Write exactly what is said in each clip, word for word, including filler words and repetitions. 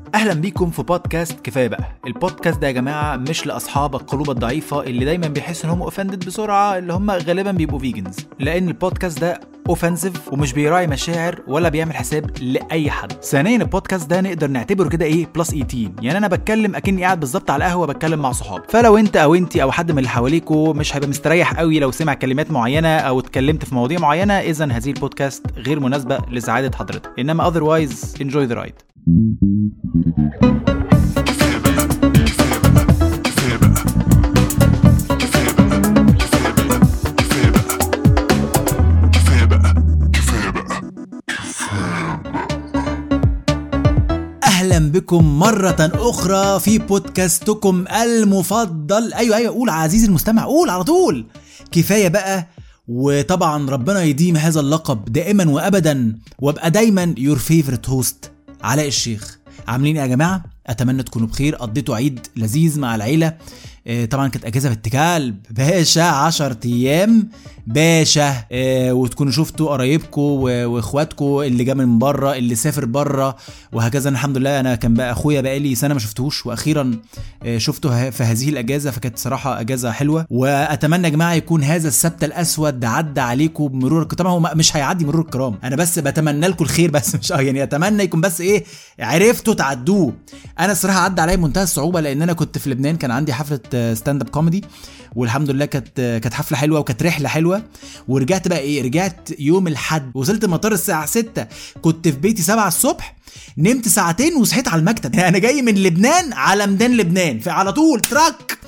اهلا بيكم في بودكاست كفايه بقى. البودكاست ده يا جماعه مش لاصحاب القلوب الضعيفه اللي دايما بيحسوا انهم اوفندد بسرعه، اللي هم غالبا بيبقوا فيجنز، لان البودكاست ده اوفنسيف ومش بيراعي مشاعر ولا بيعمل حساب لاي حد. ثانيا البودكاست ده نقدر نعتبره كده ايه بلس ثمانية عشر، يعني انا بتكلم اكني قاعد بالظبط على القهوه بتكلم مع صحاب. فلو انت او انتي او حد من اللي حواليكوا مش هيبقى مستريح قوي لو سمع كلمات معينه او اتكلمت في مواضيع معينه، اذا هذه البودكاست غير مناسبه لسعاده حضرتك، انما otherwise enjoy the ride. أهلا بكم مرة أخرى في بودكاستكم المفضل. أيوة أيوة قول عزيزي المستمع، قول على طول كفاية بقى. وطبعا ربنا يديم هذا اللقب دائما وأبدا وابقى دايما your favorite host علاء الشيخ. عاملين يا جماعة؟ أتمنى تكونوا بخير، قضيتوا عيد لذيذ مع العيلة. طبعا كانت اجازه بالتكال باشا، عشر ايام باشا، وتكونوا شفتوا قرايبكم واخواتكم اللي جا من بره، اللي سافر بره وهكذا. الحمد لله انا كان بقى اخويا بقالي سنه ما شفتهوش، واخيرا شفته في هذه الاجازه، فكانت صراحه اجازه حلوه. واتمنى يا جماعه يكون هذا السبت الاسود عدى عليكم بمرور، طبعا هو مش هيعدي مرور الكرام، انا بس بتمنى لكم الخير، بس مش يعني اتمنى يكون بس ايه عرفتوا تعدوه. انا الصراحه عدى عليا منتهى الصعوبه، لان انا كنت في لبنان، كان عندي حفله ستاند اب كوميدي، والحمد لله كانت كانت حفله حلوه وكانت رحله حلوه. ورجعت بقى ايه رجعت يوم الحد، وصلت المطار الساعه ستة، كنت في بيتي سبعة الصبح، نمت ساعتين وصحيت على المكتب. يعني انا جاي من لبنان على ميدان لبنان، في على طول تراك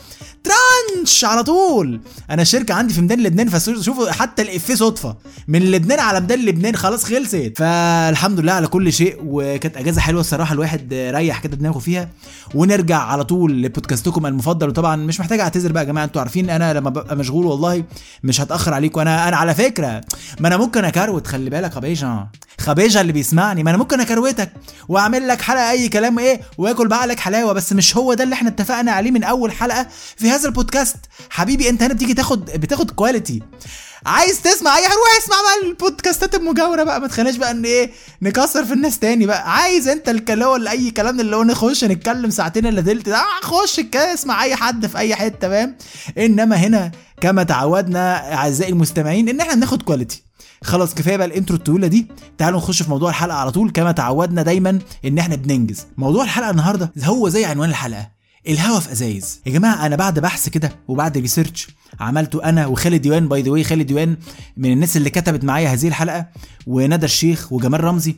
ترانش على طول. انا الشركه عندي في ميدان لبنان، فشوفوا حتى الافيه صدفه، من لبنان على ميدان لبنان، خلاص خلصت. فالحمد لله على كل شيء، وكانت اجازه حلوه الصراحه، الواحد ريح كده دماغه فيها. ونرجع على طول لبودكاستكم المفضل. وطبعا مش محتاج اعتذر بقى يا جماعه، انتوا عارفين انا لما ببقى مشغول والله مش هتاخر عليكم. انا انا على فكره ما انا ممكن اكروت، خلي بالك خبيجه خبيجه اللي بيسمعني، ما انا ممكن اكروتك واعمل لك حلقه اي كلام ايه واكل بعقلك حلاوه، بس مش هو ده اللي احنا اتفقنا عليه من اول حلقه في هذا البودكاست. حبيبي انت هنا بتيجي تاخد بتاخد كواليتي، عايز تسمع اي حاجه روح اسمع بقى البودكاستات المجاوره بقى، ما تخليش بقى ان ايه نكسر في الناس تاني بقى. عايز انت الكلام ولا اي كلام اللي هو نخش نتكلم ساعتين الا تلت ده، خش كده اسمع اي حد في اي حته، فاهم؟ انما هنا كما تعودنا اعزائي المستمعين ان احنا ناخد كواليتي. خلاص كفايه بقى الانترو الطويله دي، تعالوا نخش في موضوع الحلقه على طول. كما تعودنا دايما ان احنا بننجز. موضوع الحلقه النهارده هو زي عنوان الحلقه، الهوا في ازايز. يا جماعه انا بعد بحث كده وبعد ريسيرش عملته انا وخالد ديوان، باي ذا واي خالد ديوان من الناس اللي كتبت معايا هذه الحلقه، وندى الشيخ وجمال رمزي،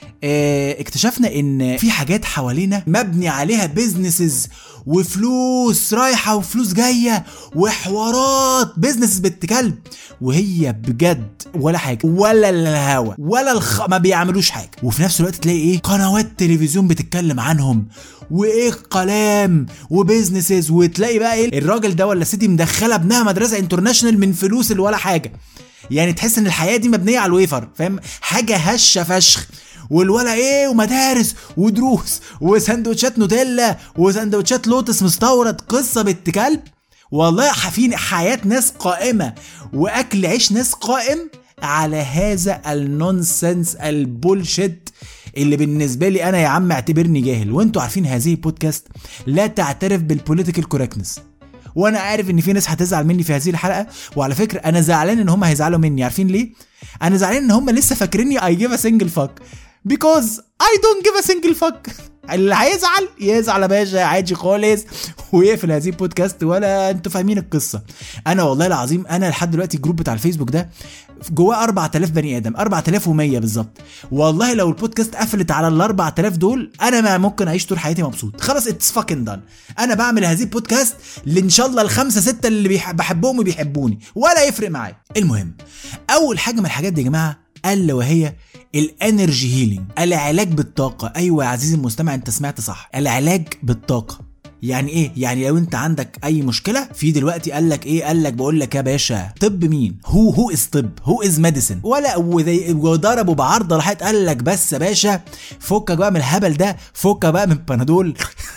اه اكتشفنا ان في حاجات حوالينا مبني عليها بيزنسز وفلوس رايحه وفلوس جايه وحوارات بيزنس بالتكلب، وهي بجد ولا حاجه، ولا الهوا ولا الخ... ما بيعملوش حاجه. وفي نفس الوقت تلاقي ايه قنوات تلفزيون بتتكلم عنهم، وايه كلام وبيزنسز، وتلاقي بقى ايه الراجل ده ولا الست مدخله ابنها مدرسه انترناشونال من فلوس ولا حاجه. يعني تحس ان الحياه دي مبنيه على الويفر، فاهم؟ حاجه هشه فشخ. والولا ايه ومدارس ودروس وساندوتشات نوتيلا وساندوتشات لوتس مستورد، قصه بالتكلب والله. حفين حياه ناس قائمه واكل عيش ناس قائم على هذا النونسنس البولشيت اللي بالنسبه لي انا يا عم اعتبرني جاهل. وانتوا عارفين هذه البودكاست لا تعترف بالبوليتيكال كوركتنس، وانا عارف ان في ناس هتزعل مني في هذه الحلقه. وعلى فكره انا زعلان ان هم هيزعلوا مني، عارفين ليه؟ انا زعلان ان هم لسه فاكريني I give a single fuck because I don't give a single fuck. اللي هيزعل يزعل يا باشا عادي خالص ويقفل هذه البودكاست، ولا انتوا فاهمين القصه. انا والله العظيم انا لحد دلوقتي الجروب بتاع الفيسبوك ده جواه أربعة آلاف بني ادم، أربعة آلاف ومية بالظبط. والله لو البودكاست قفلت على ال أربعة آلاف دول انا ما ممكن اعيش طول حياتي مبسوط. خلاص اتس فاكين دان. انا بعمل هذه البودكاست لان شاء الله الخمسه سته اللي بحبهم وبيحبوني، ولا يفرق معايا. المهم اول حاجه من الحاجات دي يا جماعه الا وهي الانرجي هيلينج، العلاج بالطاقه. ايوه يا عزيزي المستمع انت سمعت صح، العلاج بالطاقه. يعني ايه؟ يعني لو انت عندك اي مشكله في دلوقتي، قال لك ايه؟ قال لك بقول لك يا باشا طب مين هو هو از طب هو از ميديسن، ولا وضربوا بعرض راحت قال لك بس يا باشا فكك بقى من الهبل ده، فكك بقى من بنادول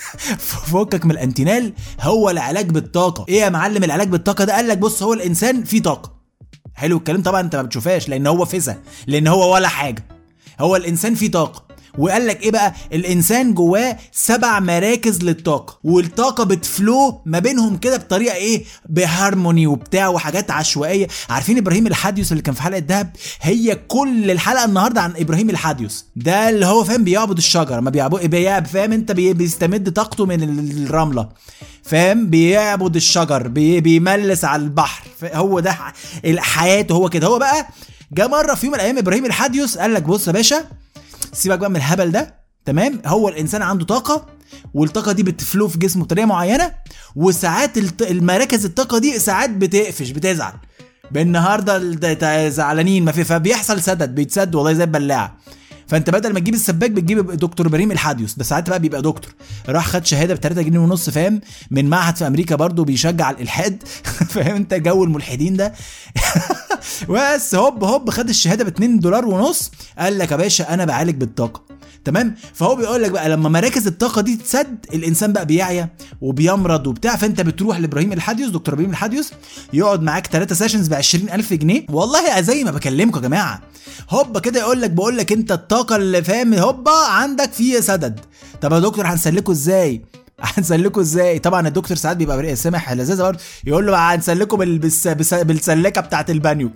فكك من الانتينال، هو العلاج بالطاقه. ايه يا معلم العلاج بالطاقه ده؟ قال لك بص هو الانسان فيه طاقه. حلو الكلام. طبعا انت ما بتشوفهاش لان هو فزه، لان هو ولا حاجه. هو الانسان فيه طاقه، وقال لك ايه بقى؟ الانسان جواه سبع مراكز للطاقه، والطاقه بتفلو ما بينهم كده بطريقه ايه؟ بهارموني وبتاع وحاجات عشوائيه. عارفين ابراهيم الحاديوس اللي كان في حلقه دهب؟ هي كل الحلقه النهارده عن ابراهيم الحاديوس ده، اللي هو فاهم بيعبد الشجره، ما بيعبد بيعب فاهم انت، بي بيستمد طاقته من الرمله، فاهم؟ بيعبد الشجر، بي بيملس على البحر، هو ده حياته هو كده. هو بقى جه مره في يوم من الايام ابراهيم الحاديوس قال لك بص يا باشا، سيبك بقى من الهبل ده، تمام؟ هو الانسان عنده طاقه، والطاقه دي بتفلو في جسمه بطريقه معينه، وساعات المراكز الطاقه دي ساعات بتقفش، بتزعل، بالنهارده زعلانين ما في، فبيحصل سدد، بيتسد والله زي البلاعه. فانت بدل ما تجيب السباك بتجيب دكتور ابراهيم الحاديوس ده، ساعات بقى بيبقى دكتور، راح خد شهاده ب ثلاثة جنيه ونص، فاهم؟ من معهد في امريكا برضو بيشجع الالحاد فاهم انت جو الملحدين ده بس هوب هوب خد الشهاده ب اتنين دولار ونص، قال لك يا باشا انا بعالج بالطاقه، تمام؟ فهو بيقول لك بقى لما مراكز الطاقه دي تسد، الانسان بقى بيعيا وبيمرض وبتاع. فانت بتروح لابراهيم الحاديوس، دكتور ابراهيم الحاديوس، يقعد معاك ثلاثة سيشنز ب عشرين ألف جنيه، والله زي ما بكلمكم يا جماعه، هوبا كده يقول لك بقول لك انت الطاقه اللي فاهم هوبا عندك فيه سدد. طب يا دكتور هنسلكه ازاي؟ هنسلكه ازاي؟ طبعا الدكتور ساعات بيبقى سامح لذاذه برضه، يقول له هنسلكه بالسلكه بتاعه البانيو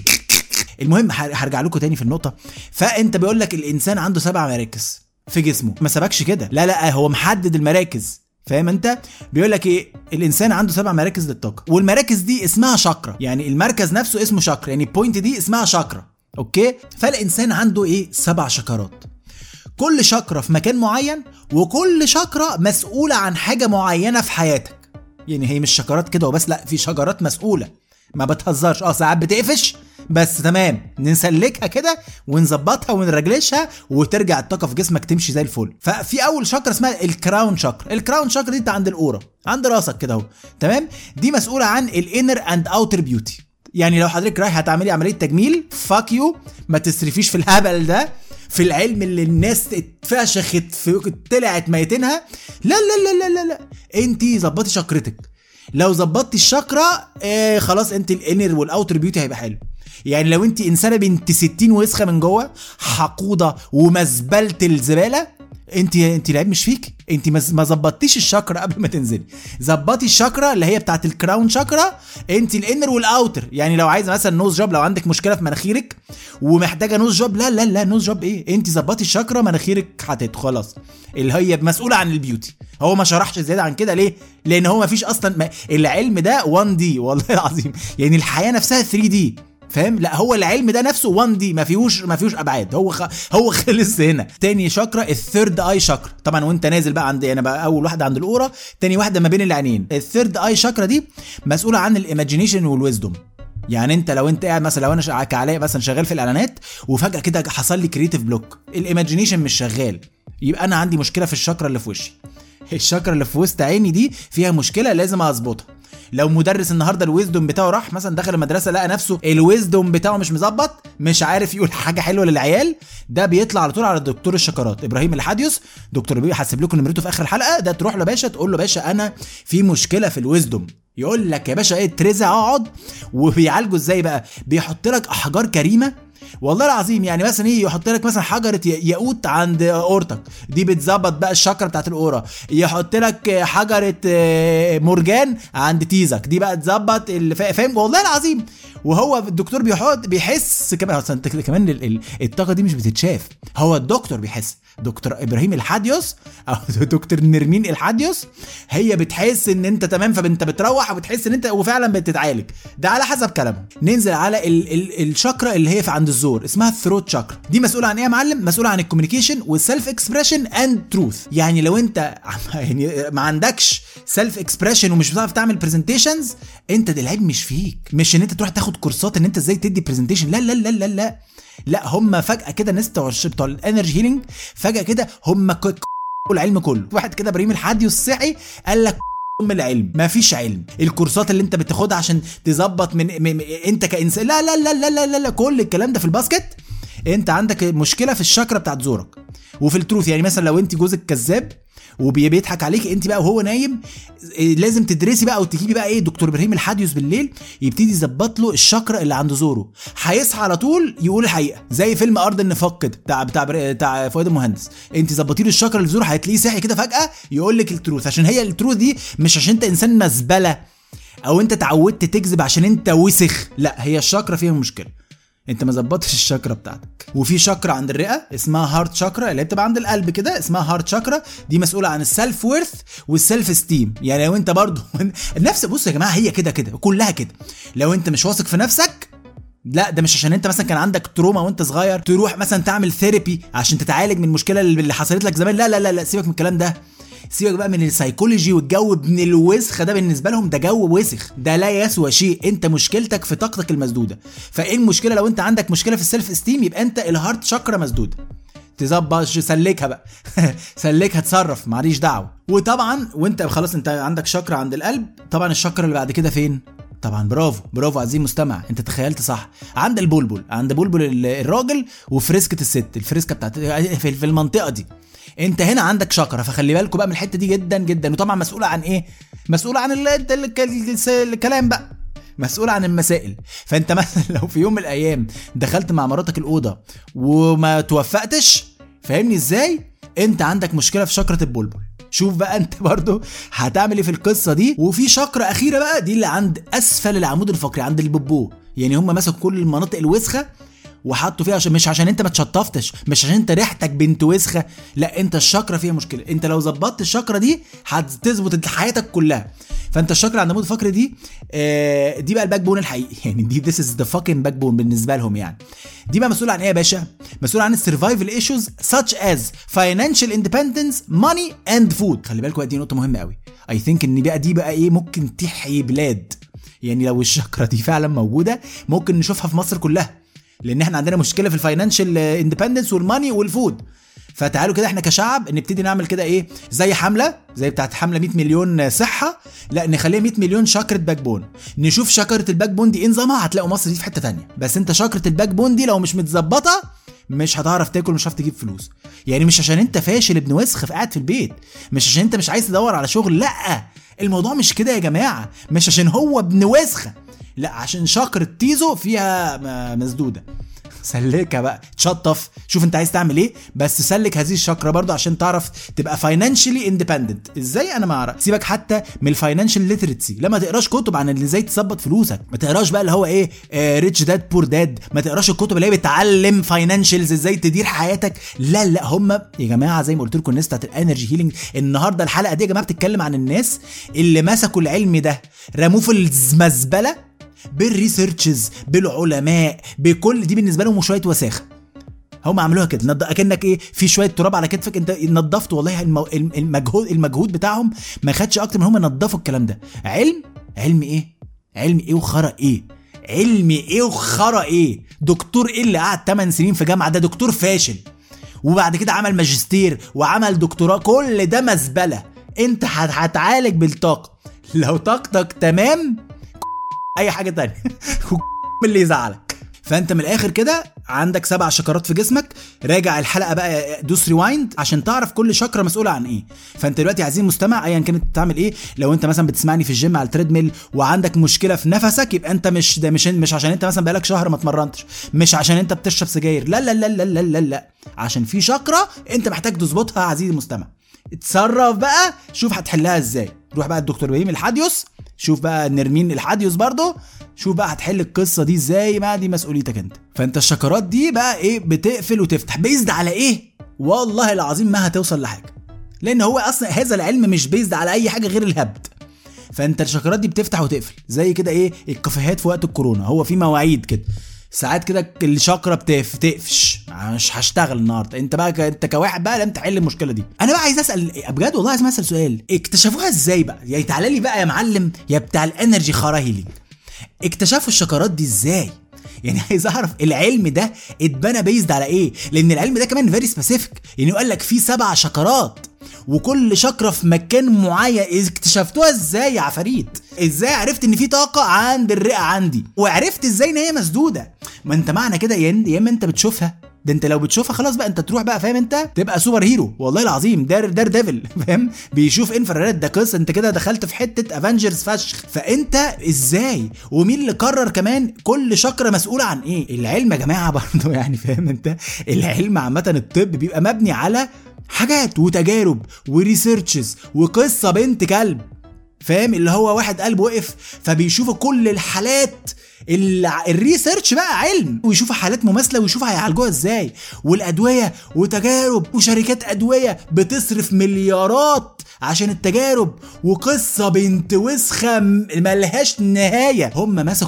المهم هرجع لكم تاني في النقطه. فانت بيقول لك الانسان عنده سبع مراكز في جسمه، ما سبكش كده، لا لا هو محدد المراكز، فاهم انت؟ بيقول لك ايه؟ الانسان عنده سبع مراكز للطاقه، والمراكز دي اسمها شاكرا، يعني المركز نفسه اسمه شاكرا، يعني البوينت دي اسمها شاكرا، اوكي؟ فالانسان عنده ايه؟ سبع شكرات، كل شاكرا في مكان معين، وكل شاكرا مسؤوله عن حاجه معينه في حياتك. يعني هي مش شكرات كده وبس، لا في شجرات مسؤوله، ما بتهزرش. اه ساعات بتقفش بس تمام، نسلكها كده ونظبطها ونرجلشها وترجع الطاقه في جسمك تمشي زي الفل. ففي اول شاكرا اسمها الكراون شاكرا، الكراون شاكرا دي انت عند القوره، عند راسك كده اهو، تمام؟ دي مسؤوله عن الانر اند اوتر بيوتي. يعني لو حضرتك رايح هتعملي عمليه تجميل، فاك يو، ما تسرفيش في الهبل ده، في العلم اللي الناس اتفشخت في طلعت ميتينها، لا لا لا لا لا، انتي ظبطي شاكرتك. لو ظبطتي الشاكرا آه خلاص انت الانر والاوتر بيوتي هيبقى حلو. يعني لو انت انسانه بنت ستين وسخه من جوه، حقوده ومزبله الزباله، انت انت العيب مش فيك، انت ما ظبطتيش الشاكرا قبل ما تنزلي. ظبطي الشاكرا اللي هي بتاعه الكراون شاكرا، انت الانر والاوتر. يعني لو عايزه مثلا نوز جوب، لو عندك مشكله في مناخيرك ومحتاجه نوز جوب، لا لا لا نوز جوب ايه، انت ظبطي الشاكرا، مناخيرك هتت خلاص، اللي هي مسؤوله عن البيوتي. هو ما شرحش زياده عن كده ليه؟ لان هو ما فيش اصلا ما العلم ده وان دي والله العظيم، يعني الحياه نفسها ثري دي، فاهم؟ لا هو العلم ده نفسه وان دي، ما فيهوش ما فيهوش ابعاد، هو خ... هو خلص هنا. تاني شاكرا الثيرد اي شاكرا، طبعا وانت نازل بقى عند، انا بقى اول واحده عند القوره، تاني واحده ما بين العينين. الثيرد اي شاكرا دي مسؤوله عن الايماجينيشن والويزدوم. يعني انت لو انت قاعد مثلا، لو انا كعلاء مثلا شغال في الاعلانات وفجاه كده حصل لي كرييتيف بلوك، الايماجينيشن مش شغال، يبقى انا عندي مشكله في الشاكرا اللي في وشي. الشاكرا اللي في وسط عيني دي فيها مشكله، لازم اظبطها. لو مدرس النهارده الويزدوم بتاعه راح مثلا دخل المدرسه لقى نفسه الويزدوم بتاعه مش مظبط، مش عارف يقول حاجه حلوه للعيال، ده بيطلع على طول على دكتور الشكرات ابراهيم الحاديوس. دكتور بيه هسيب لكم نمرته في اخر الحلقه، ده تروح له باشا تقول له باشا انا في مشكله في الويزدوم، يقول لك يا باشا ايه ترزع اقعد. وبيعالجوا ازاي بقى؟ بيحط لك احجار كريمه والله العظيم، يعني مثلا ايه، يحط لك مثلا حجره ياقوت عند اورتك، دي بتظبط بقى الشكره بتاعت الاوره. يحط لك حجره مرجان عند تيزك، دي بقى تظبط فاهم والله العظيم. وهو الدكتور بيحط بيحس كمان، كمان الطاقه دي مش بتتشاف، هو الدكتور بيحس. دكتور ابراهيم الحاديوس او دكتور نرمين الحاديوس هي بتحس ان انت تمام، فانت بتروح وبتحس ان انت وفعلا بتتعالج، ده على حسب كلامه. ننزل على ال ال الشاكرا اللي هي في عند الزور، اسمها الثروت شاكرا. دي مسؤوله عن ايه يا معلم؟ مسؤوله عن الكوميونيكيشن والسيلف اكسبريشن اند تروث. يعني لو انت يعني ما عندكش سيلف اكسبريشن ومش بتعرف تعمل برزنتيشنز، انت ده العيب مش فيك، مش ان انت تروح تاخد كورسات ان انت ازاي تدي برزنتيشن، لا لا لا لا لا لا. هم فجاه كده الناس بتوع الانرجي هيلينج فجاه كده هم العلم كله. واحد كده ابراهيم الحاديوس صحي قال لك ام العلم، ما فيش علم. الكورسات اللي انت بتاخدها عشان تظبط من, من انت كانسان، لا لا لا لا لا لا, لا. كل الكلام ده في الباسكت. انت عندك مشكله في الشاكرا بتاعت زورك وفي التروث. يعني مثلا لو انت جوزك كذاب وبيضحك عليك انت بقى وهو نايم، لازم تدرسي بقى وتجيبي بقى ايه دكتور ابراهيم الحديث بالليل يبتدي يظبط له الشاكرا اللي عند زوره، هيصحى على طول يقول الحقيقه، زي فيلم ارض النفاق كده بتاع بتاع بتاع فؤاد المهندس. انت ظبطي له الشاكرا اللي في زوره هتلاقيه صحي كده فجاه يقول لك التروث، عشان هي التروث دي مش عشان انت انسان مزبله او انت اتعودت تكذب عشان انت وسخ، لا هي الشاكرا فيها مشكله، انت ما ظبطتش الشاكرا بتاعتك. وفي شاكرا عند الرئه اسمها هارت شاكرا اللي بتبقى عند القلب كده اسمها هارت شاكرا، دي مسؤوله عن السيلف وورث والسيلف استيم. يعني لو انت برضو النفس، بص يا جماعه هي كده كده كلها كده، لو انت مش واثق في نفسك، لا ده مش عشان انت مثلا كان عندك تروما وانت صغير تروح مثلا تعمل ثيرابي عشان تتعالج من المشكله اللي حصلت لك زمان، لا لا لا لا سيبك من الكلام ده، سيبك بقى من السايكولوجي والجو ابن الوسخ ده، بالنسبه لهم ده جو وسخ، ده لا يسوى شيء. انت مشكلتك في طاقتك المسدوده. فايه المشكله؟ لو انت عندك مشكله في السيلف استيم يبقى انت الهارت شاكرا مسدوده، تظبط سلكها بقى سلكها تصرف ماليش دعوه. وطبعا وانت خلاص انت عندك شاكرا عند القلب، طبعا الشاكرا اللي بعد كده فين؟ طبعا برافو برافو عزيزي المستمع، انت تخيلت صح، عند البلبل، عند بلبل الراجل وفريسكه الست، الفريسكه بتاعت في المنطقه دي انت هنا عندك شاكرا. فخلي بالكوا بقى من الحته دي جدا جدا. وطبعا مسؤوله عن ايه؟ مسؤوله عن ال ال ال الكلام بقى، مسؤول عن المسائل. فانت مثلا لو في يوم من الايام دخلت مع مراتك الاوضه وما توفقتش، فاهمني ازاي؟ انت عندك مشكله في شاكرا البلبل. شوف بقى انت برضو هتعمل ايه في القصه دي. وفي شاكرا اخيره بقى دي اللي عند اسفل العمود الفقري عند البوبو، يعني هم مسكوا كل المناطق الوسخه وحطوا فيها، عشان مش عشان انت ما تشطفتش، مش عشان انت ريحتك بنت وسخه، لا انت الشاكرا فيها مشكله. انت لو ظبطت الشاكرا دي هتظبط حياتك كلها. فانت الشاكرا عند العمود الفقري دي آه دي بقى الباك بون الحقيقي، يعني دي this is the fucking باك بون بالنسبه لهم. يعني دي بقى مسؤول عن ايه يا باشا؟ مسؤول عن السرفايفل ايشوز such as financial independence, money and food. خلي بالكوا دي نقطه مهمه قوي. I think ان بقى دي بقى ايه ممكن تحيي بلاد. يعني لو الشاكرا دي فعلا موجوده ممكن نشوفها في مصر كلها، لان احنا عندنا مشكله في الفاينانشال اندبندنس والماني والفود. فتعالوا كده احنا كشعب نبتدي نعمل كده ايه زي حمله زي بتاعت حمله مية مليون صحه، لا نخليها مية مليون شاكره باك بون. نشوف شاكره الباك بون دي ايه نظامها، هتلاقوا مصر دي في حته تانية. بس انت شاكره الباك بون دي لو مش متظبطه مش هتعرف تاكل، مش هتعرف تجيب فلوس. يعني مش عشان انت فاشل ابن وسخ قاعد في البيت، مش عشان انت مش عايز تدور على شغل، لا الموضوع مش كده يا جماعه. مش عشان هو ابن وسخه، لا عشان شاكره تيزو فيها مسدوده. سلكها بقى، تشطف، شوف انت عايز تعمل ايه، بس سلك هذه الشاكرا برضو عشان تعرف تبقى فاينانشالي اندبندنت. ازاي؟ انا ما اعرف. سيبك حتى من الفاينانشال ليترسي، لما تقراش كتب عن ازاي تظبط فلوسك، ما تقراش بقى اللي هو ايه ريتش داد بور داد، ما تقراش الكتب اللي هي بتعلم فاينانشالز ازاي تدير حياتك. لا لا هم يا جماعه زي ما قلت لكم الناس بتاعت الانرجي هيلينج النهارده الحلقه دي يا جماعه بتتكلم عن الناس اللي مسكوا العلم ده رموه في المزبله بالريسيرشز بالعلماء بكل دي، بالنسبه لهم شويه وساخه. هم عملوها كده نض... اكنك ايه في شويه تراب على كتفك انت نظفت. والله المو... المجهود المجهود بتاعهم ما خدش اكتر من هم نظفوا الكلام ده. علم علم ايه علم ايه وخرا ايه علم ايه وخرا ايه دكتور ايه اللي قعد ثمانية سنين في جامعه ده دكتور فاشل، وبعد كده عمل ماجستير وعمل دكتوراه، كل ده مزبله. انت هتعالج بالطاقه. لو طاقتك تمام اي حاجه تانية اللي يزعلك. فانت من الاخر كده عندك سبع شكرات في جسمك. راجع الحلقه بقى، دوس ريوايند عشان تعرف كل شكره مسؤوله عن ايه. فانت دلوقتي عايزين مستمع ايا كانت بتعمل ايه، لو انت مثلا بتسمعني في الجيم على التريدميل وعندك مشكله في نفسك، يبقى انت مش ده مش مش عشان انت مثلا بقالك شهر ما اتمرنتش، مش عشان انت بتشرب سجاير، لا لا لا لا لا لا, لا. عشان في شكره انت محتاج تظبطها عزيزي المستمع. اتصرف بقى، شوف هتحلها ازاي. روح بقى الدكتور ابراهيم الحديث، شوف بقى نرمين الحديث برضو، شوف بقى هتحل القصه دي ازاي، ما دي مسؤوليتك انت. فانت الشكرات دي بقى ايه بتقفل وتفتح بيزد على ايه؟ والله العظيم ما هتوصل لحاجه، لان هو اصلا هذا العلم مش بيزد على اي حاجه غير الهبد. فانت الشكرات دي بتفتح وتقفل زي كده ايه الكافيهات في وقت الكورونا، هو في مواعيد كده ساعات كده الشاكرا بتقفش، مش هشتغل النهارده. انت بقى ك... انت كواحد بقى لم تحل المشكله دي. انا بقى عايز اسال بجد والله، عايز اسال سؤال، اكتشفوها ازاي بقى؟ يعني تعالى لي بقى يا معلم يا بتاع الانرجي خراهيلي، اكتشفوا الشكرات دي ازاي؟ يعني عايز اعرف العلم ده اتبنى بيزد على ايه، لان العلم ده كمان فيري سبيسيفيك. يعني قال لك في سبع شكرات وكل شكرة في مكان معين. اكتشفتوها ازاي يا عفاريت؟ ازاي عرفت ان في طاقة عند الرئة عندي، وعرفت ازاي ان هي مسدودة؟ ما انت معنى كده يا اما انت بتشوفها ده انت لو بتشوفها خلاص بقى انت تروح بقى فاهم انت تبقى سوبر هيرو والله العظيم. دار دار ديفل فاهم بيشوف انفراريد. ده قصه انت كده دخلت في حته افنجرز فشخ. فانت ازاي ومين اللي قرر كمان كل شكره مسؤوله عن ايه؟ العلم يا جماعه برضه يعني فاهم انت العلم عامه الطب بيبقى مبني على حاجات وتجارب وريسيرشز وقصه بنت كلب فاهم اللي هو واحد قلب وقف فبيشوف كل الحالات. الريسيرش بقى علم ويشوف حالات مماثله ويشوف هيعالجوها ازاي. والادويه وتجارب وشركات ادويه بتصرف مليارات عشان التجارب وقصه بنت وسخه ملهاش نهايه. هم مسكوا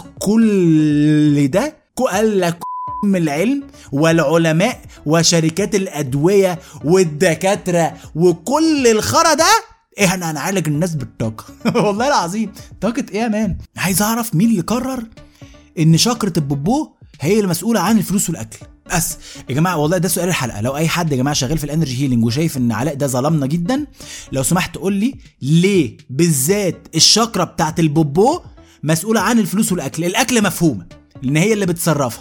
كل ده قال لك من العلم والعلماء وشركات الادويه والدكاتره وكل الخرا ده ايه احنا هنعالج الناس بالطاقه. والله العظيم طاقه ايه يا مان؟ عايز اعرف مين اللي قرر ان شكره البوبو هي المسؤوله عن الفلوس والاكل. بس يا جماعه والله ده سؤال الحلقه. لو اي حد يا جماعه شغال في الانرجي هيلينج وشايف ان علاء ده ظلمنا جدا لو سمحت قول لي ليه بالذات الشكره بتاعت البوبو مسؤوله عن الفلوس والاكل. الاكل مفهومه لان هي اللي بتصرفها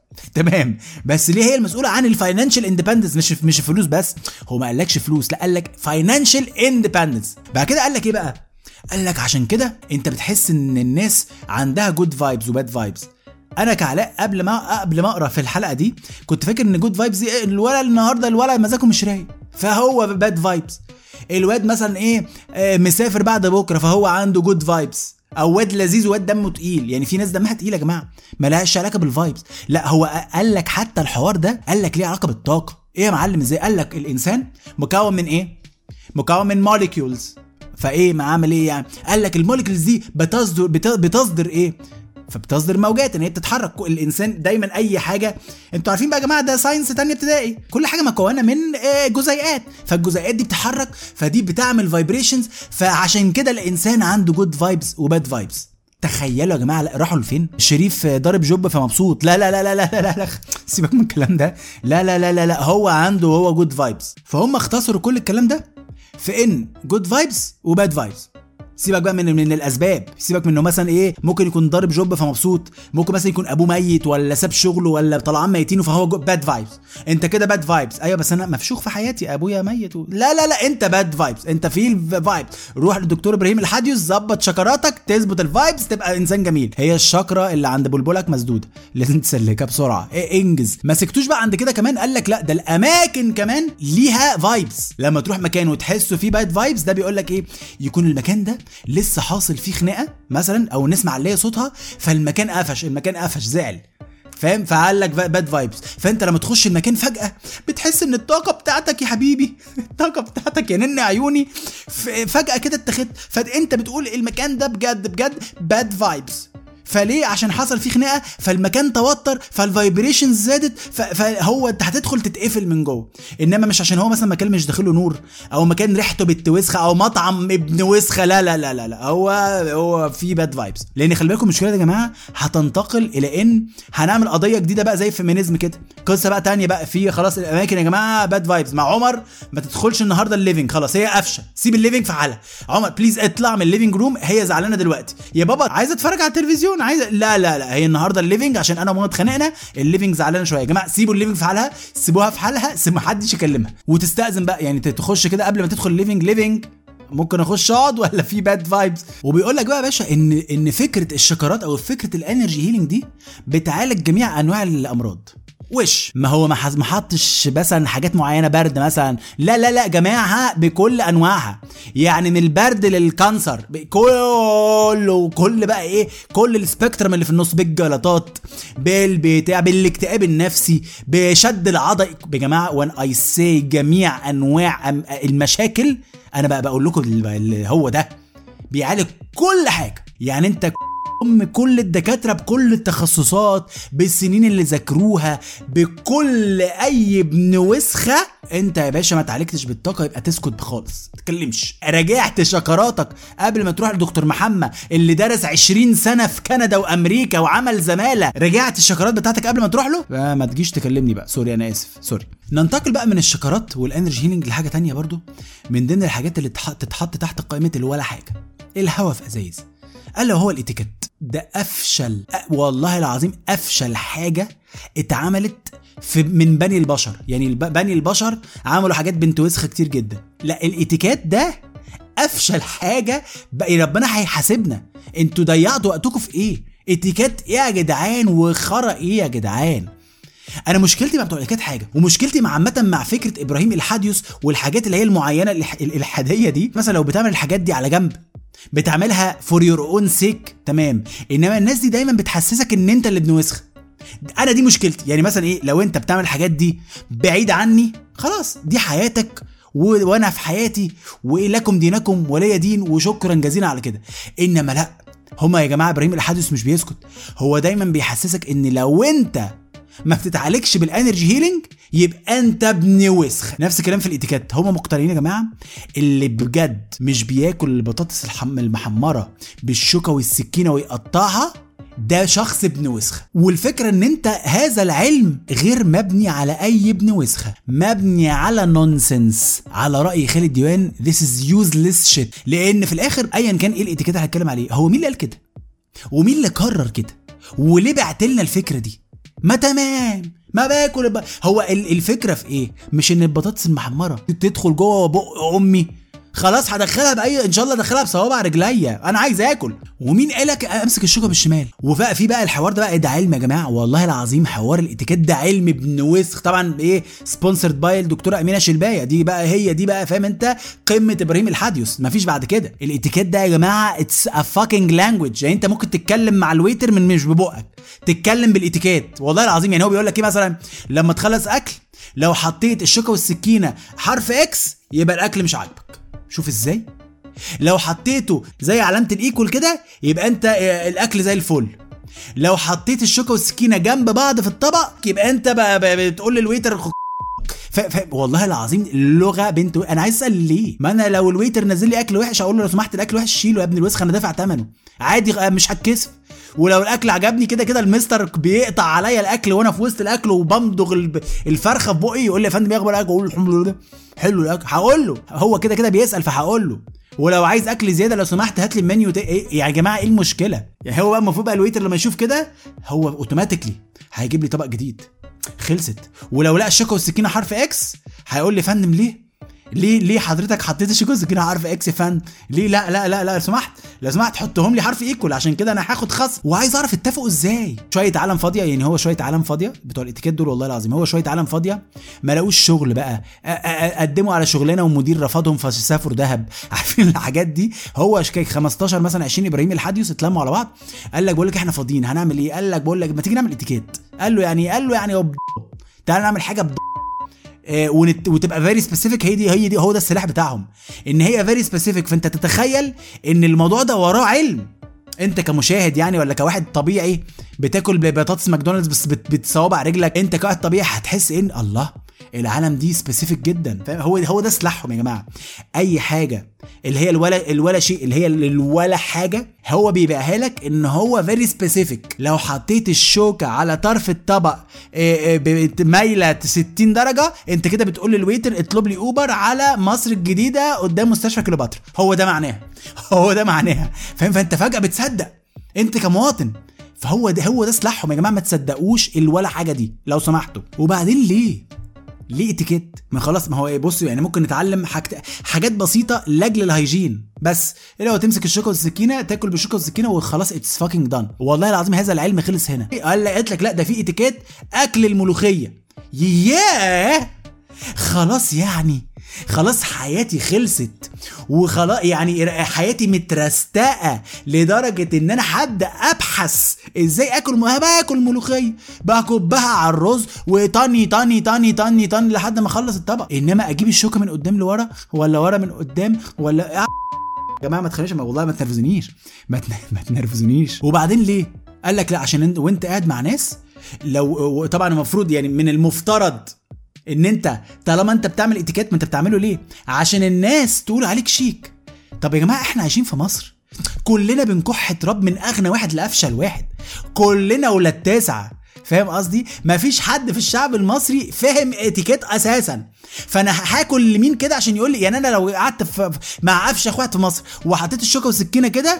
تمام بس ليه هي المسؤوله عن الفاينانشال اندبندنس؟ مش مش فلوس بس. هو ما قالكش فلوس لا قال لك فاينانشال اندبندنس. بعد كده قال لك ايه بقى؟ قال لك عشان كده انت بتحس ان الناس عندها جود فايبز وباد فايبز. انا كعلاء قبل ما قبل ما اقرا في الحلقه دي كنت فاكر ان جود فايبز دي الولد النهارده الولد مزاجه مش رايق فهو باد فايبز. الواد مثلا ايه آه مسافر بعد بكره فهو عنده جود فايبز. او واد لذيذ واد دمه تقيل. يعني في ناس دمها تقيل يا جماعه ما لهاش علاقه بالفايبز. لا هو قال لك حتى الحوار ده قال لك ليه علاقه بالطاقه. ايه يا معلم ازاي؟ قال لك الانسان مكون من ايه؟ مكون من موليكيولز. فايه ما عامل ايه يعني؟ قال لك الموليكيولز دي بتصدر بتصدر ايه؟ فبتصدر موجات ان هي بتتحرك. الانسان دايما اي حاجه انتوا عارفين بقى يا جماعه ده ساينس تانية ابتدائي كل حاجه مكونه من جزيئات فالجزيئات دي بتتحرك فدي بتعمل فايبريشنز. فعشان كده الانسان عنده جود فايبس وباد فايبس. تخيلوا يا جماعه راحوا لفين؟ الشريف ضارب جوب فمبسوط. لا لا لا لا لا لا, لا. سيبك من الكلام ده. لا لا لا لا, لا. هو عنده هو جود فايبس. فهم اختصروا كل الكلام ده في ان جود فايبس وباد فايبس. سيبك بقى من من الاسباب. سيبك منه مثلا ايه ممكن يكون ضارب جوب فمبسوط. ممكن مثلا يكون ابوه ميت ولا ساب شغله ولا طلعان ميتين فهو باد فايبس. انت كده باد فايبس. ايوه بس انا مفشوخ في حياتي ابويا ميت و... لا لا لا انت باد فايبس. انت في الفايبس. روح للدكتور ابراهيم الحديث ظبط شكراتك تظبط الفايبس تبقى انسان جميل. هي الشكره اللي عند بلبلك مسدوده لازم تسلكها بسرعه. إيه انجز. ما سكتوش بقى عند كده كمان قال لك لا ده الاماكن كمان ليها فايبس. لما تروح مكان وتحسه فيه باد فايبس ده بيقول لك ايه يكون المكان ده لسه حاصل فيه خناقه مثلا او نسمع عليه صوتها فالمكان قفش المكان قفش زعل فاهم فقال لك باد فايبس. فانت لما تخش المكان فجاه بتحس ان الطاقه بتاعتك يا حبيبي الطاقه بتاعتك يا نن عيوني فجاه كده اتخذت. فانت بتقول المكان ده بجد بجد باد فايبس. فليه؟ عشان حصل فيه خناقه فالمكان توتر فالفايبريشنز زادت فهو انت هتدخل تتقفل من جوه. انما مش عشان هو مثلا مكان مش داخله نور او مكان ريحته بنت وسخه او مطعم ابن وسخه. لا لا لا لا, لا. هو هو في باد فايبس. لان خلي بالكم المشكله يا جماعه هتنتقل الى ان هنعمل قضيه جديده بقى زي الفيمينيزم كده قصه بقى تانية بقى في خلاص الاماكن يا جماعه باد فايبس. مع عمر ما تدخلش النهارده الليفينج خلاص هي قفشه. سيب الليفينج في حالها. عمر بليز اطلع من الليفينج روم هي زعلانه دلوقتي. يا بابا عايزه اتفرج على التلفزيون عايزه. لا لا لا هي النهارده الليفينج عشان انا وماما اتخانقنا الليفينج زعلانه شويه. يا جماعه سيبوا الليفينج في حالها سيبوها في حالها ما حدش يكلمها وتستأذن بقى يعني تخش كده قبل ما تدخل الليفينج ليفينج ممكن اخش اقعد ولا في باد فايبس. وبيقول لك بقى يا باشا ان ان فكره الشكرات او فكره الانرجي هيلينج دي بتعالج جميع انواع الامراض. وش ما هو ما حطش مثلا حاجات معينه برد مثلا. لا لا لا جماعها بكل انواعها. يعني من البرد للكانسر كله كل بقى ايه كل السبيكترم اللي في النص بالجلطات بالبتاع بالاكتئاب النفسي بشد العضل يا جماعه. وان اي سي جميع انواع المشاكل انا بقى بقول لكم اللي هو ده بيعالج كل حاجه. يعني انت ام كل الدكاتره بكل التخصصات بالسنين اللي ذاكروها بكل اي ابن وسخه. انت يا باشا ما تعالجتش بالطاقه يبقى تسكت خالص ما تتكلمش. راجعت شكراتك قبل ما تروح لدكتور محمد اللي درس عشرين سنه في كندا وامريكا وعمل زماله. رجعت الشكرات بتاعتك قبل ما تروح له. ما تجيش تكلمني بقى سوري انا اسف سوري. ننتقل بقى من الشكرات والانرجي هيلينج لحاجه تانية برضو من ضمن الحاجات اللي تتحط تحت قائمه اللي ولا حاجه. الهوا في ازايز. الا هو الاتيكيت. ده افشل والله العظيم افشل حاجه اتعملت في من بني البشر. يعني بني البشر عملوا حاجات بنت وسخه كتير جدا، لا الاتيكيت ده افشل حاجه. بقى ربنا هيحاسبنا، انتوا ضيعتوا وقتكم في ايه؟ اتيكيت ايه يا جدعان وخرا ايه يا جدعان؟ انا مشكلتي مع بتوع الاتيكيت حاجه، ومشكلتي مع عامه مع فكره ابراهيم الحاديوس والحاجات اللي هي المعينه الالحاديه دي. مثلا لو بتعمل الحاجات دي على جنب بتعملها فور يور اون سيك تمام، انما الناس دي دايما بتحسسك ان انت اللي ابن وسخ. انا دي مشكلتي. يعني مثلا ايه، لو انت بتعمل الحاجات دي بعيد عني خلاص دي حياتك و... وانا في حياتي، وايه لكم دينكم ولي دين، وشكرا جزيلا على كده. انما لا، هما يا جماعه ابراهيم الحاديث مش بيسكت، هو دايما بيحسسك ان لو انت ما بتتعالجش بالانرجي هيلينج يبقى انت ابن وسخ. نفس الكلام في الاتيكيت. هما مقتنعين يا جماعه اللي بجد مش بياكل البطاطس المحمره بالشوكه والسكينه ويقطعها ده شخص ابن وسخه. والفكره ان انت هذا العلم غير مبني على اي ابن وسخه، مبني على نونسنس. على راي خالد ديوان this is useless shit. لان في الاخر ايا كان ايه الاتيكيت اللي هنتكلم عليه، هو مين اللي قال كده ومين اللي قرر كده وليه بعت لنا الفكره دي؟ ما تمام ما باكل الب... هو الفكره في ايه؟ مش ان البطاطس المحمره تدخل جوه بق امي خلاص هدخلها باي ان شاء الله ادخلها بصوابع رجليا، انا عايز اكل. ومين قالك امسك الشوكه بالشمال؟ وبقى في بقى الحوار ده بقى ده علم يا جماعه والله العظيم. حوار الاتيكيت ده علم ابن وسخ طبعا. ايه سبونسرد باي الدكتوره امينه شلبايه، دي بقى هي دي بقى فاهم انت قمه ابراهيم الحاديث، مفيش بعد كده. الاتيكيت ده يا جماعه اتس ا فاكينج لانجويج. يعني انت ممكن تتكلم مع الويتر من مش ببقك، تتكلم بالاتيكيت والله العظيم. يعني هو بيقول لك ايه مثلا لما تخلص اكل لو حطيت الشوكه والسكينه حرف اكس يبقى الاكل مش عاجبك. شوف ازاي، لو حطيته زي علامه الايكول كده يبقى انت الاكل زي الفل. لو حطيت الشوكه والسكينه جنب بعض في الطبق يبقى انت بقى بتقول للويتر ف... ف... والله العظيم اللغه بنت و... انا عايز اسال ليه؟ ما انا لو الويتر نزل لي اكل وحش اقول له لو سمحت الاكل وحش شيله يا ابن الوسخ، انا دافع ثمنه عادي مش هتكسف. ولو الاكل عجبني كده كده المستر بيقطع عليا الاكل وانا في وسط الاكل وبمضغ الفرخه في بقي يقول لي يا فندم ايه اخبار الاكل؟ اقول له الحمد لله حلو الاكل، هقول له هو كده كده بيسال فهقول له. ولو عايز اكل زياده لو سمحت هات لي المنيو ده. إيه يا جماعه ايه المشكله؟ يعني هو بقى المفروض بقى الويتر لما يشوف كده هو اوتوماتيكلي هيجيب لي طبق جديد خلصت. ولو لقى الشوكه والسكينه حرف اكس هيقول لي فندم ليه ليه ليه حضرتك حطيت الشوكه والسكينه حرف اكس فن ليه؟ لا لا لا لا لو سمحت لو سمحت حطهم لي حرف ايكول عشان كده انا هاخد خصم. وعايز اعرف اتفقوا ازاي. شويه عالم فاضيه. يعني هو شويه عالم فاضيه بتوع الاتيكيت دول والله العظيم، هو شويه عالم فاضيه ما لاقوش شغل بقى، قدموا على شغلانه ومدير رفضهم فسافروا دهب. عارفين الحاجات دي. هو شكاك خمستاشر مثلا عشرين ابراهيم الحاديث اتلموا على بعض قال لك بقول لك احنا فاضيين هنعمل ايه؟ قال لك بقول لك ما تيجي نعمل اتيكيت. قال له يعني قال له يعني تعال نعمل حاجه بض... آه وتبقى فيري سبيسيفيك. هي دي هي دي هو ده السلاح بتاعهم ان هي فيري سبيسيفيك. فانت تتخيل ان الموضوع ده وراه علم. انت كمشاهد يعني ولا كواحد طبيعي بتاكل بطاطس ماكدونالدز بس بتصوابع رجلك، انت كواحد طبيعي هتحس ان الله العالم دي سبيسيفيك جدا. فاهم؟ هو هو ده سلاحهم يا جماعه. اي حاجه اللي هي الولا الولا شيء اللي هي الولا حاجه هو بيبيعها لك ان هو فيري سبيسيفيك. لو حطيت الشوكه على طرف الطبق مايله ستين درجه انت كده بتقول للويتر اطلب لي اوبر على مصر الجديده قدام مستشفى كليوباترا. هو ده معناها هو ده معناها فاهم؟ فانت فجاه بتصدق انت كمواطن. فهو ده هو ده سلاحهم يا جماعه. ما تصدقوش الولا حاجه دي لو سمحتوا. وبعدين ليه ليه اتيكيت؟ ما خلاص ما هو ايه بصوا يعني ممكن نتعلم حاجت... حاجات بسيطه لاجل الهيجين بس. لو تمسك الشوكه والسكينه تاكل بالشوكه والسكينه وخلاص اتس فاكينج دان. والله العظيم هذا العلم خلص هنا. قال قالت لك لا ده في اتيكيت اكل الملوخيه. ياه خلاص يعني خلاص حياتي خلصت وخلاص يعني حياتي مترستقه لدرجه ان انا هبدا ابحث ازاي اكل ما باكل ملوخيه بكبها على الرز وطني طني طني طني طني لحد ما اخلص الطبق. انما اجيب الشوكه من قدام لورا ولا ورا من قدام ولا يا جماعه ما تخليش والله ما تنرفزونيش ما ما تنرفزونيش. وبعدين ليه؟ قال لك لا عشان انت وانت قاعد مع ناس لو طبعا المفروض يعني من المفترض ان انت طالما انت بتعمل اتيكيت ما انت بتعمله ليه؟ عشان الناس تقول عليك شيك. طب يا جماعه احنا عايشين في مصر كلنا بنكح تراب من اغنى واحد لافشل واحد، كلنا ولاد تسعه. فاهم قصدي؟ مفيش حد في الشعب المصري فاهم اتيكيت اساسا. فانا هاكل لمين كده عشان يقول لي؟ يعني انا لو قعدت مع افشخ واحد في مصر وحطيت الشوكه والسكينه كده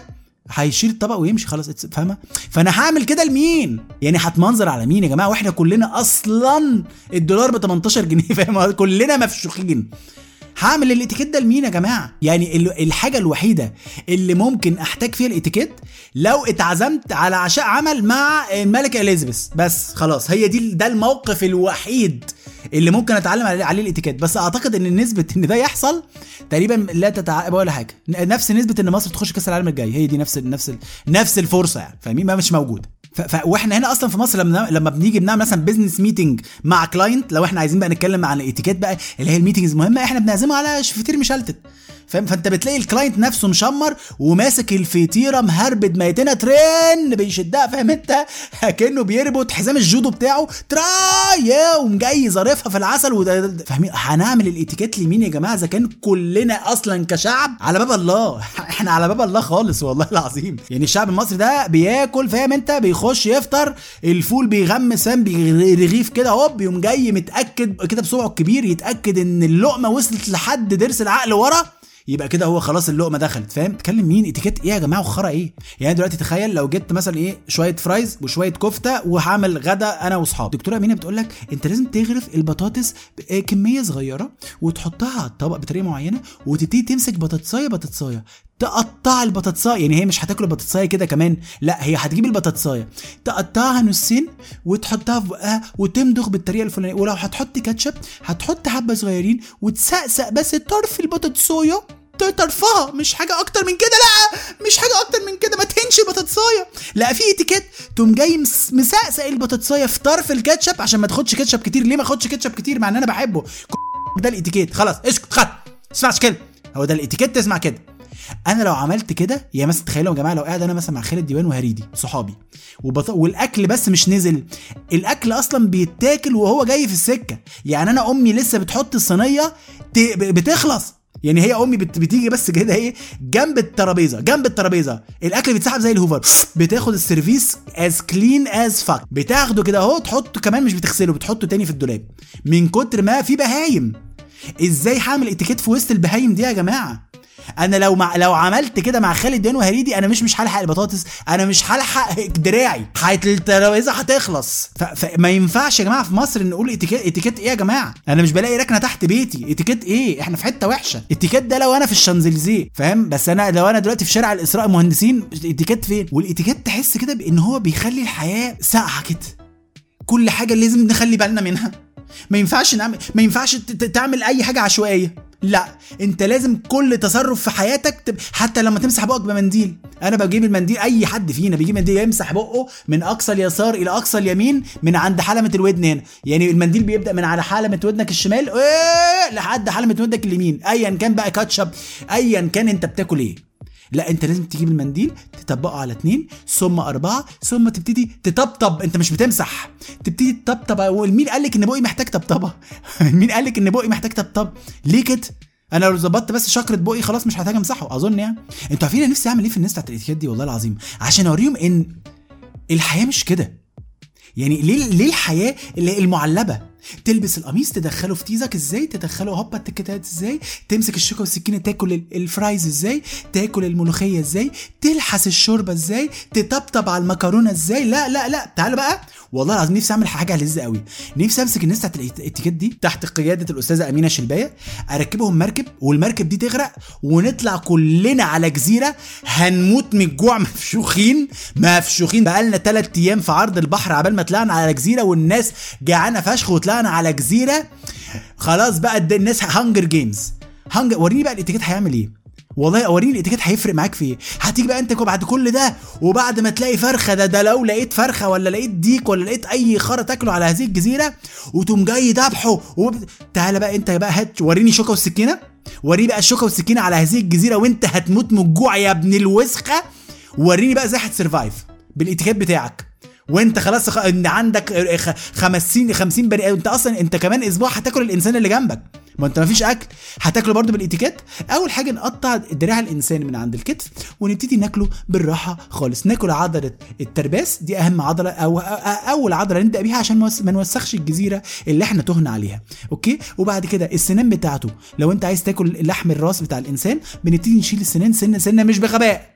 هيشيل الطبق ويمشي خلاص، فاهمه؟ فانا هعمل كده لمين يعني؟ هتمنظر على مين يا جماعه واحنا كلنا اصلا الدولار ب تمنتاشر جنيه، فاهم؟ كلنا مفشوخين. هعمل الاتيكيت ده لمين يا جماعه؟ يعني الحاجه الوحيده اللي ممكن احتاج فيها الاتيكيت لو اتعزمت على عشاء عمل مع الملكه اليزابيث، بس خلاص هي دي، ده الموقف الوحيد اللي ممكن اتعلم عليه الاتيكيت. بس اعتقد ان نسبه ان ده يحصل تقريبا لا تتعقب ولا حاجه، نفس نسبه ان مصر تخش كاس العالم الجاي، هي دي نفس نفس نفس الفرصه يعني، فاهمين؟ ما مش موجوده. ف... واحنا هنا اصلا في مصر لما لما بنيجي بنعمل مثلا بيزنس ميتنج مع كلاينت، لو احنا عايزين بقى نتكلم عن الاتيكيت بقى اللي هي الميتنجز المهمه، احنا بنعزمه على فطير مشلتت، فاهم؟ فانت بتلاقي الكلاينت نفسه مشمر وماسك الفطيره مهربد ميتنا ترن بيشدها، فاهم انت؟ كانه بيربط حزام الجودو بتاعه تراي ومجاي ظارفها في العسل، فاهمين؟ هنعمل الاتيكيت لمين يا جماعه اذا كان كلنا اصلا كشعب على باب الله؟ احنا على باب الله خالص والله العظيم. يعني الشعب المصري ده بياكل، فاهم انت؟ بيخش يفطر الفول بيغمس، فاهم؟ بيرغيف كده هوب، يوم جاي متاكد كده بصبعه الكبير يتاكد ان اللقمه وصلت لحد ضرس العقل ورا، يبقى كده هو خلاص اللقمه دخلت، فاهم؟ تكلم مين؟ اتيكيت ايه يا جماعه وخرا ايه؟ يعني دلوقتي تخيل لو جبت مثلا ايه شويه فرايز وشويه كفته وهعمل غدا انا واصحابي، دكتوره امينه بتقول لك انت لازم تغرف البطاطس كميه صغيره وتحطها على الطبق بطريقه معينه، وتبتدي تمسك بطاطسايه بطاطسايه تقطع البطاطسايه. يعني هي مش هتاكل البطاطسايه كده كمان، لا هي هتجيب البطاطسايه تقطعها نصين وتحطها في بقها وتمضغ بالطريقه الفلانيه، ولو هتحط كاتشب هتحط حبه صغيرين وتسقسق بس طرف البطاطسايه طرفها، مش حاجه اكتر من كده، لا مش حاجه اكتر من كده، ما تهنش البطاطسايه. لا في اتيكيت تقوم جاي مسقسق البطاطسايه في طرف الكاتشب عشان ما تاخدش كاتشب كتير. ليه ما اخدش كاتشب كتير مع ان انا بحبه؟ ده الاتيكيت. خلاص اسكت، خد اسمعش كده، هو ده الاتيكيت، تسمع كده. انا لو عملت كده، يا مثلا تخيلوا يا جماعه لو قاعد انا مثلا مع خالد ديوان وهريدي صحابي وبط... والاكل بس مش نزل، الاكل اصلا بيتاكل وهو جاي في السكه. يعني انا امي لسه بتحط الصينيه ت... بتخلص، يعني هي امي بت... بتيجي بس كده ايه جنب الترابيزه، جنب الترابيزه الاكل بيتسحب زي الهوفر، بتاخد السيرفيس از كلين از فاك، بتاخده كده اهو تحطه كمان مش بتغسله، بتحطه تاني في الدولاب من كتر ما في بهايم. ازاي هعمل اتيكيت في وسط البهايم دي يا جماعه؟ انا لو مع لو عملت كده مع خالد ديوان وهريدي انا مش مش هلحق البطاطس، انا مش هلحق دراعي، الترابيزه هتخلص. فما ينفعش يا جماعه في مصر نقول اتيكيت. اتيكيت ايه يا جماعه؟ انا مش بلاقي ركنه تحت بيتي، اتيكيت ايه؟ احنا في حته وحشه. اتيكيت ده لو انا في الشانزليزيه، فاهم؟ بس انا لو انا دلوقتي في شارع الاسراء المهندسين، اتيكيت فين؟ والاتيكيت تحس كده بان هو بيخلي الحياه ساقعه كده، كل حاجه لازم نخلي بالنا منها، ما ينفعش نعمل، ما ينفعش تعمل اي حاجه عشوائيه، لا انت لازم كل تصرف في حياتك تب... حتى لما تمسح بقك بمنديل، انا بجيب المنديل، اي حد فينا بيجيب منديل يمسح بقه من اقصى اليسار الى اقصى اليمين من عند حلمة الودن هنا، يعني المنديل بيبدا من على حلمة ودنك الشمال ايه لحد حلمة ودنك اليمين، ايا كان بقى كاتشب ايا كان انت بتاكل ايه، لا انت لازم تجيب المنديل تطبقه على اتنين ثم اربعة ثم تبتدي تطبطب، انت مش بتمسح، تبتدي تطبطب. ومين قالك ان بقي محتاج طبطبه؟ مين قالك ان بقي محتاج طبطب؟ ليه كده؟ انا لو ظبطت بس شكرة بقي خلاص مش هحتاج امسحه اظن. يعني انتوا عارفين انا نفسي اعمل ايه في الناس بتاعت الاتيكيت دي والله العظيم؟ عشان اوريهم ان الحياه مش كده. يعني ليه ليه الحياه اللي المعلبه تلبس القميص تدخله في تيزك ازاي، تدخله هوبا التكتات ازاي، تمسك الشوكه والسكينه تاكل الفرايز ازاي، تاكل الملوخيه ازاي، تلحس الشوربه ازاي، تطبطب على المكرونه ازاي. لا لا لا تعالوا بقى والله العظيم نفسي اعمل حاجه لذيذه قوي، نفسي امسك الناس بتاعت الاتيكيت دي تحت قياده الاستاذه امينه شلبايه، اركبهم مركب والمركب دي تغرق ونطلع كلنا على جزيره هنموت من الجوع، مفشوخين مفشوخين بقالنا ثلاث ايام في عرض البحر عبال ما طلعنا على جزيره والناس جعانه فشخ، وطلعنا على جزيره خلاص بقى الناس هانجر جيمز هانجر. وريني بقى الاتيكيت هيعمل ايه والله، وريني الاتيكيت هيفرق معاك في ايه. هتيجي بقى انت بعد كل ده وبعد ما تلاقي فرخه، ده ده لو لقيت فرخه ولا لقيت ديك ولا لقيت اي خرا تاكله على هذه الجزيره وتقوم جاي ذبحه وب... تعالى بقى انت بقى هات وريني شوكه والسكينه، وريني بقى الشوكه والسكينه على هذه الجزيره وانت هتموت من الجوع يا ابن الوسخه، وريني بقى ازاي هتسرفايف بالاتيكيت بتاعك وانت خلاص خ... ان عندك خمسين خمسين بني، انت اصلا انت كمان اسبوع هتاكل الانسان اللي جنبك، ما انت مفيش اكل هتاكله برضو بالاتيكيت. اول حاجه نقطع دراع الانسان من عند الكتف ونبتدي ناكله بالراحه خالص، ناكل عضله الترباس دي اهم عضله او اول عضله نبدا بيها عشان ما نوسخش الجزيره اللي احنا تهنا عليها، اوكي. وبعد كده السنان بتاعته، لو انت عايز تاكل لحم الراس بتاع الانسان بنبتدي نشيل السنان سنه سنه مش بغباء،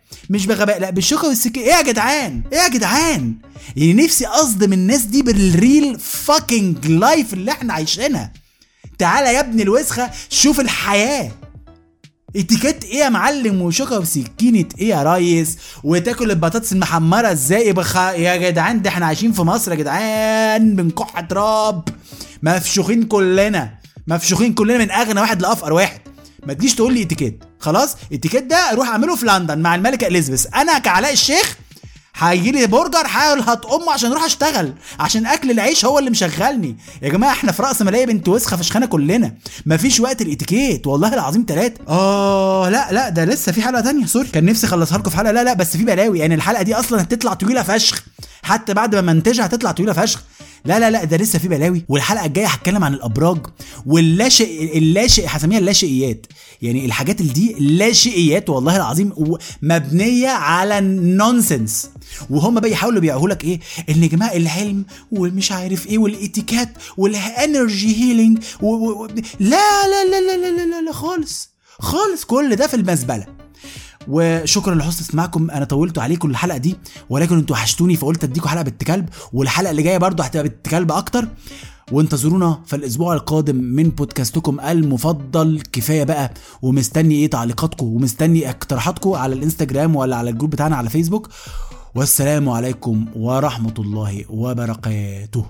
مش بغباء، لا بالشوكه والسكين. ايه يا جدعان ايه يا جدعان يعني نفسي اصدم الناس دي بالريل فاكينج لايف اللي احنا عايشينها. تعالى يا ابن الوسخه شوف الحياه. اتيكيت ايه يا معلم وشوكه وسكينه ايه يا ريس، وتاكل البطاطس المحمره ازاي بخ... يا جدعان ده احنا عايشين في مصر يا جدعان، بنكح تراب، مفشوخين كلنا مفشوخين كلنا من اغنى واحد لافقر واحد. ما تجيش تقول لي اتيكيت، خلاص اتيكيت ده روح اعمله في لندن مع الملكه اليزابيث. انا كعلاء الشيخ هيجي لي برجر هلهط امه عشان اروح اشتغل، عشان اكل العيش هو اللي مشغلني. يا جماعه احنا في راس ماليه بنت وسخه فشخانه كلنا، مفيش وقت الاتيكيت والله العظيم ثلاثه. اه لا لا ده لسه في حلقه تانية، سوري كان نفسي اخلصها لكم في حلقه. لا لا بس في بلاوي يعني، الحلقه دي اصلا هتطلع طويله فشخ، حتى بعد ما منتجها هتطلع طويله فشخ. لا لا لا ده لسه في بلاوي. والحلقه الجايه هتكلم عن الابراج واللاشئ اللاشئ هسميها اللاشئيات، يعني الحاجات اللي دي لاشئيات والله العظيم مبنيه على النونسنس، وهم بقى يحاولوا بيعوه لك ايه ان يا جماعه العلم ومش عارف ايه والاتيكات والانرجي هيلينج و... و... لا لا لا لا لا لا لا خالص خالص، كل ده في المزبله. وشكرا لحسن استماعكم. انا طولت عليكم الحلقه دي ولكن انتوا وحشتوني فقلت اديكم حلقه بالتكلب، والحلقه اللي جايه برضو هتبقى بالتكلب اكتر. وانتظرونا في الاسبوع القادم من بودكاستكم المفضل كفايه بقى، ومستني ايه تعليقاتكم ومستني اقتراحاتكم على الانستجرام ولا على الجروب بتاعنا على فيسبوك. والسلام عليكم ورحمه الله وبركاته.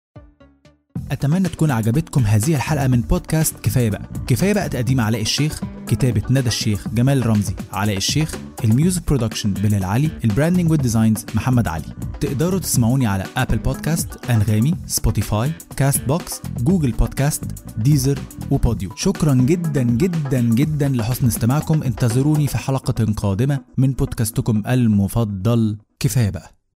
أتمنى تكون عجبتكم هذه الحلقة من بودكاست كفاية بقى. كفاية بقى تقديم علاء الشيخ، كتابة ندى الشيخ، جمال رمزي، علاء الشيخ، الميوزك برودكشن بلال علي، البراندنج والديزاينز محمد علي. تقدروا تسمعوني على أبل بودكاست، أنغامي، سبوتيفاي، كاست بوكس، جوجل بودكاست، ديزر وبوديو. شكرا جدا جدا جدا لحسن استماعكم. انتظروني في حلقة قادمة من بودكاستكم المفضل كفاية بقى.